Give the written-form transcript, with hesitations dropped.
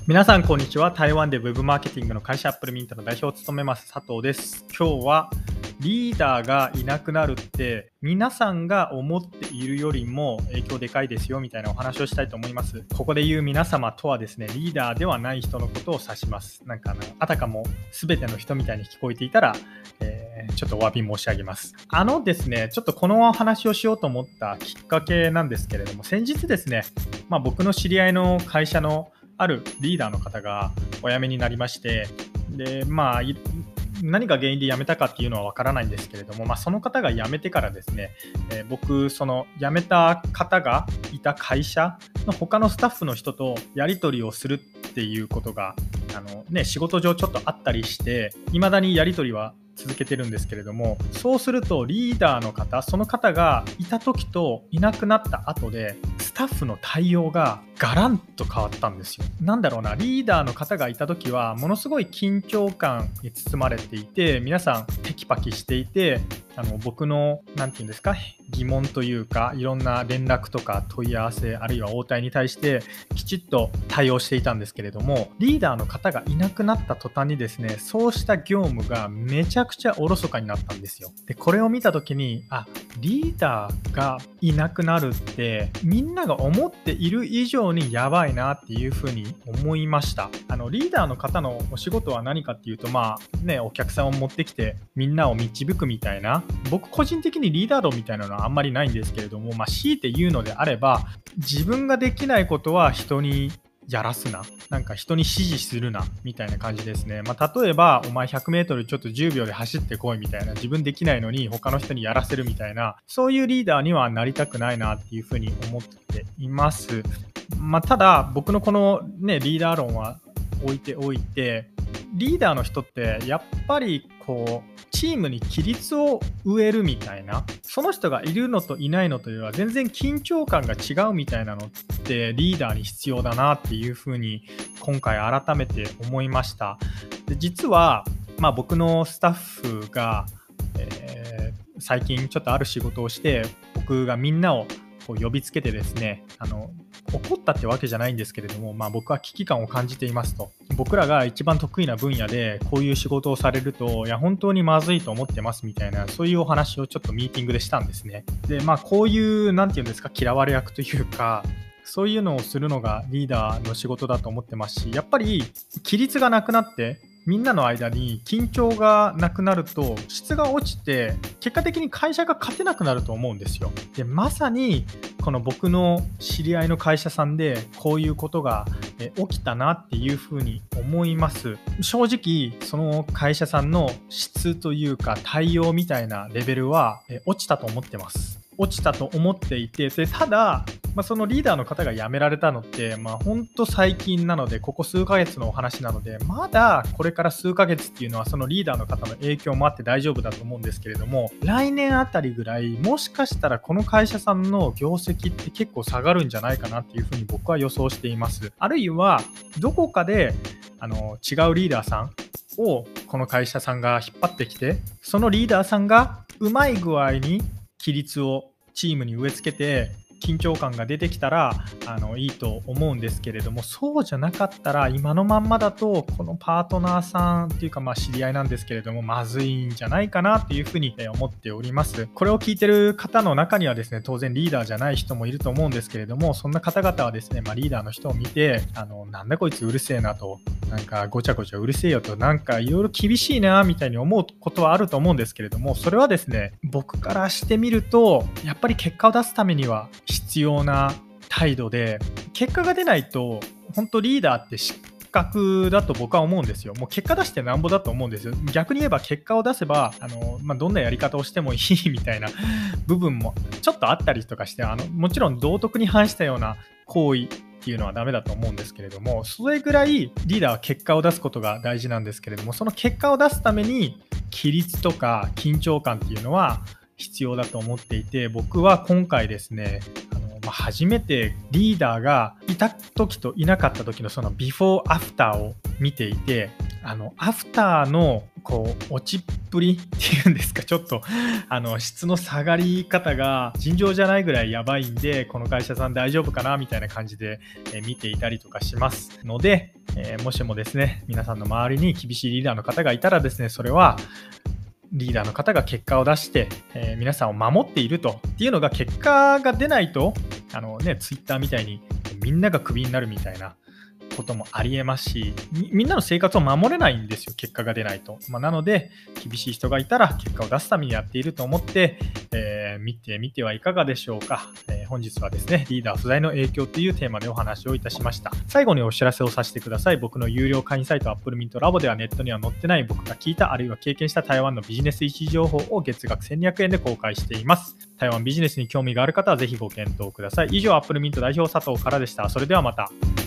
皆さんこんにちは。台湾でウェブマーケティングの会社アップルミントの代表を務めます佐藤です。今日はリーダーがいなくなるって皆さんが思っているよりも影響でかいですよみたいなお話をしたいと思います。ここで言う皆様とはですね、リーダーではない人のことを指します。あたかも全ての人みたいに聞こえていたら、ちょっとお詫び申し上げます。ですね、ちょっとこのお話をしようと思ったきっかけなんですけれども、先日ですね、僕の知り合いの会社のあるリーダーの方がお辞めになりまして、で何が原因で辞めたかっていうのはわからないんですけれども、その方が辞めてからですね、僕その辞めた方がいた会社の他のスタッフの人とやり取りをするっていうことが仕事上ちょっとあったりして、未だにやり取りは続けてるんですけれども、そうするとリーダーの方、その方がいた時といなくなった後でスタッフの対応がガランと変わったんですよ。リーダーの方がいた時はものすごい緊張感に包まれていて、皆さんテキパキしていて、僕の疑問というか、いろんな連絡とか問い合わせ、あるいは応対に対してきちっと対応していたんですけれども、リーダーの方がいなくなった途端にですね、そうした業務がめちゃくちゃおろそかになったんですよ。でこれを見た時に、リーダーがいなくなるってみんなが思っている以上にやばいなっていうふうに思いました。リーダーの方のお仕事は何かっていうと、お客さんを持ってきてみんなを導くみたいな、僕個人的にリーダー論みたいなのはあんまりないんですけれども、強いて言うのであれば、自分ができないことは人にやらすな、人に指示するなみたいな感じですね。例えばお前 100m ちょっと10秒で走ってこいみたいな、自分できないのに他の人にやらせるみたいな、そういうリーダーにはなりたくないなっていうふうに思っています。ただ僕のこのリーダー論は置いておいて、リーダーの人ってやっぱりチームに規律を植えるみたいな、その人がいるのといないのというのは全然緊張感が違うみたいなのってリーダーに必要だなっていうふうに今回改めて思いました。で実は、僕のスタッフが、最近ちょっとある仕事をして、僕がみんなを呼びつけてですね、怒ったってわけじゃないんですけれども、僕は危機感を感じていますと。僕らが一番得意な分野でこういう仕事をされると、本当にまずいと思ってますみたいな、そういうお話をちょっとミーティングでしたんですね。でこういう嫌われ役というか、そういうのをするのがリーダーの仕事だと思ってますし、やっぱり規律がなくなってみんなの間に緊張がなくなると質が落ちて、結果的に会社が勝てなくなると思うんですよ。でまさにこの僕の知り合いの会社さんでこういうことが起きたなっていうふうに思います。正直その会社さんの質というか対応みたいなレベルは落ちたと思ってます。落ちたと思っていて、でただ、そのリーダーの方が辞められたのって本当最近なので、ここ数ヶ月のお話なので、まだこれから数ヶ月っていうのはそのリーダーの方の影響もあって大丈夫だと思うんですけれども、来年あたりぐらいもしかしたらこの会社さんの業績って結構下がるんじゃないかなっていうふうに僕は予想しています。あるいはどこかで違うリーダーさんをこの会社さんが引っ張ってきて、そのリーダーさんがうまい具合に規律をチームに植え付けて緊張感が出てきたらいいと思うんですけれども、そうじゃなかったら今のまんまだとこのパートナーさんっていうか知り合いなんですけれども、まずいんじゃないかなっていうふうに思っております。これを聞いてる方の中にはですね、当然リーダーじゃない人もいると思うんですけれども、そんな方々はですね、リーダーの人を見てなんだこいつうるせえなと、ごちゃごちゃうるせえよと、いろいろ厳しいなみたいに思うことはあると思うんですけれども、それはですね、僕からしてみるとやっぱり結果を出すためには必要な態度で、結果が出ないと本当リーダーって失格だと僕は思うんですよ。もう結果出してなんぼだと思うんですよ。逆に言えば結果を出せばどんなやり方をしてもいいみたいな部分もちょっとあったりとかして、もちろん道徳に反したような行為っていうのはダメだと思うんですけれども、それぐらいリーダーは結果を出すことが大事なんですけれども、その結果を出すために規律とか緊張感っていうのは必要だと思っていて、僕は今回ですね、初めてリーダーがいた時といなかった時のそのビフォーアフターを見ていて、アフターの落ちっぷりっていうんですか、ちょっと質の下がり方が尋常じゃないぐらいやばいんで、この会社さん大丈夫かなみたいな感じで、見ていたりとかしますので、もしもですね、皆さんの周りに厳しいリーダーの方がいたらですね、それはリーダーの方が結果を出して、皆さんを守っているとっていうのが、結果が出ないとツイッターみたいにみんながクビになるみたいなこともありえますし、みんなの生活を守れないんですよ、結果が出ないと。なので、厳しい人がいたら結果を出すためにやっていると思って、見てみてはいかがでしょうか。本日はですね、リーダー不在の影響というテーマでお話をいたしました。最後にお知らせをさせてください。僕の有料会員サイト Apple Mint Labo では、ネットには載ってない僕が聞いたあるいは経験した台湾のビジネス一時情報を月額1200円で公開しています。台湾ビジネスに興味がある方はぜひご検討ください。以上、Apple Mint 代表佐藤からでした。それではまた。